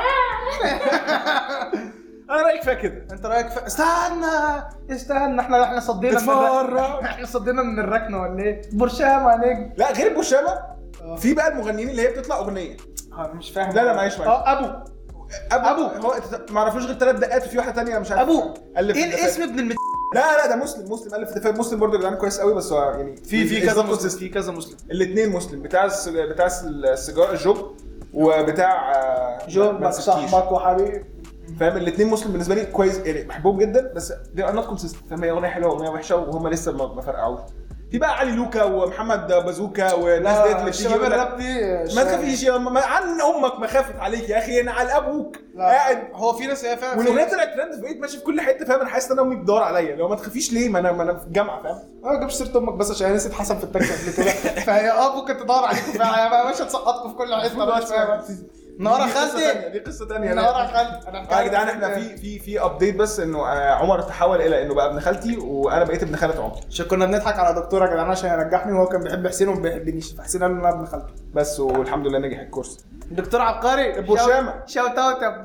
انا رايك فيها كده. انت رايك استنى احنا صدينا من الركنه ولا ايه؟ برشامه نجم. لا غير برشامه في بقى المغنيين اللي هي بتطلع اغنيه مش فاهم. لا معلش ابو هو ما عرفوش غير 3 دقات وفي واحده ثانيه مش عارف ابو ايه الاسم ابن لا ده مسلم الف ده مسلم برضه يا جدعان كويس قوي بس هو يعني في كذا مسلم الاثنين مسلم بتاع السيجار الجوب وبتاع جوب صاحبك وحبيبي فاهم. الاثنين مسلم بالنسبه لي كويس يعني بحبهم جدا بس they are not consistent. فاهم هي اغنيه حلوه واغنيه وحشه وهم لسه ما فرقعوش. في بقى علي لوكا ومحمد بازوكا والناس ديت اللي بتيجي الشباب الراب دي ما تخافيش عن امك ما خافت عليك يا اخي انا على ابوك قاعد. هو في ناس هي فعلا والاغنيه طلعت ترند بقيت ماشي في كل حته فاهم. انا حاسس ان انا امي بتدور عليا لو ما تخافيش ليه ما انا في الجامعه فاهم. ما جابش سيره امك بس عشان نسيت حسن في التكه قبل كده فهي ممكن تدور عليكم فعلا يا باشا تسقطكم في كل حته. مش فاهم نهار خالتي دي قصه ثانيه. نهار خالتي يا جدعان احنا في ابديت بس انه عمر تحول الى انه بقى ابن خالتي وانا بقيت ابن خاله عمر. عشان كنا بنضحك على دكتور يا جدعان عشان ينجحني وهو كان بيحب حسين وما بيحبنيش فحسين قال انا ابن خالته بس والحمد لله نجح الكورس. دكتور عبقري برشامه شاوت اوت يا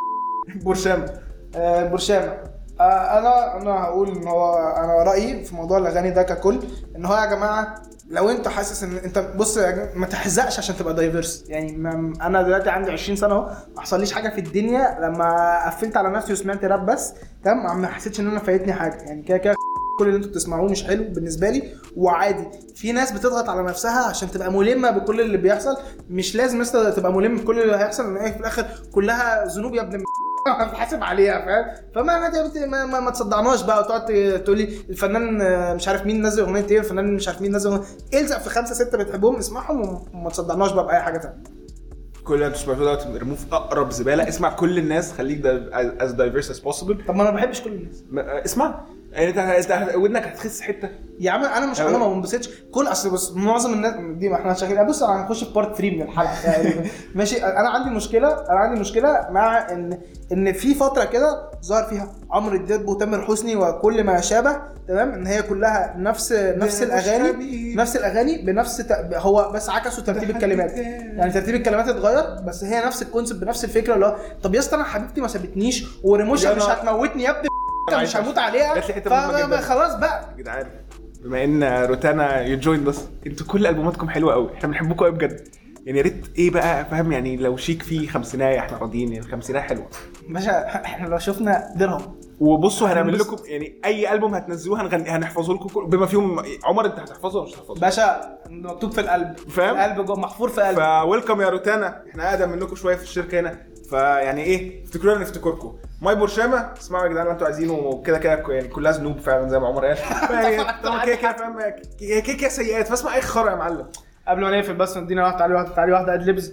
برشامه. انا هقول ان هو انا رايي في موضوع الاغاني ده ككل ان هو يا جماعه لو انت حاسس ان انت بص ما تحزقش عشان تبقى دايفيرس. يعني انا دلوقتي عندي 20 سنه اهو ما حصليش حاجه في الدنيا لما قفلت على نفسي وسمعت راب بس تمام ما حسيتش ان انا فايتني حاجه. يعني كده كل اللي انتوا بتسمعوه مش حلو بالنسبه لي وعادي. في ناس بتضغط على نفسها عشان تبقى ملمه بكل اللي بيحصل. مش لازم مثلا تبقى ملم بكل اللي هيحصل لان في الاخر كلها ذنوب يا ابن هتحاسب عليها فاهم. فما ما تصدعناش بقى وتقعد تقول لي الفنان مش عارف مين نزل اغنيه ايه، الفنان مش عارف مين نزل اغنيه، الزق في 5 6 بتحبهم اسمعهم وما تصدعناش بقى باي حاجه ثانيه. كل اللي انت سمعته ده ارموه في اقرب زباله. اسمع كل الناس، خليك as diverse as possible. طب ما انا ما بحبش كل الناس. اسمع يعني انت ودنك هتخس حته يا عم انا ما بنبسطش كل اصل. بس معظم الناس دي ما احنا شغالين. بص انا هنخش في بارت 3 من الحلقه يعني ماشي. انا عندي مشكله مع ان في فتره كده ظهر فيها عمرو دياب وتامر حسني وكل ما شابه تمام، ان هي كلها نفس الاغاني بنفس هو بس عكسوا ترتيب الكلمات. يعني ترتيب الكلمات اتغير بس هي نفس الكونسيبت بنفس الفكره اللي هو طب يا اسطى انا حبيبتي ما سابتنيش ورموشها مش هتموتني يا ابني مش هموت عليها. خلاص بقى يا جدعان بما ان روتانا يجوين بس انتوا كل البوماتكم حلوه قوي، احنا بنحبكم قوي بجد يعني. يا ريت ايه بقى فاهم يعني لو شيك فيه 50 احنا راضيين يعني. 50 حلوه باشا. احنا لو شفنا درهم وبصوا هنعمل لكم يعني اي البوم هتنزلوه هنحفظه لكم بما فيهم. عمر انت هتحفظه ولا مش هتحفظه باشا؟ مكتوب في القلب فاهم، القلب جوه محفور في قلب. فويلكم يا روتانا، احنا اقدم منكم شويه في الشركه هنا فيعني ايه افتكرونا نفتكركم. ماي برشامه اسمعوا يا جدعان اللي انتوا عايزينه وكده كده يعني كلها ذنوب فعلا زي ما عمر قال يعني. طبعا كده كده فاهم كده سيئات فاسمع اي خرا يا معلم. قبل ما نقفل بس ندينا واحده تعالي واحده اد لبس.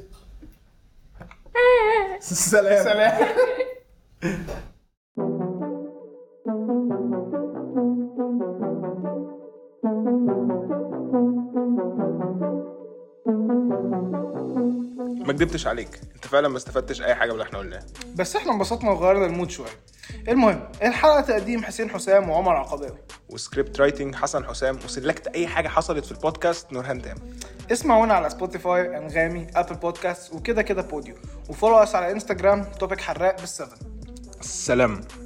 سلام. ما كدبتش عليك، انت فعلا ما استفدتش اي حاجه من اللي احنا قلناه، بس احنا انبسطنا وغيرنا المود شويه. المهم الحلقه تقديم حسين حسام وعمر عقباوي، وسكريبت رايتنج حسن حسام، وسلكت اي حاجه حصلت في البودكاست نورهان تام. اسمعونا على سبوتيفاي، انغامي، ابل بودكاست وكده كده بوديو، وفولو اس على انستجرام توبيك حراق بالسفن. السلام.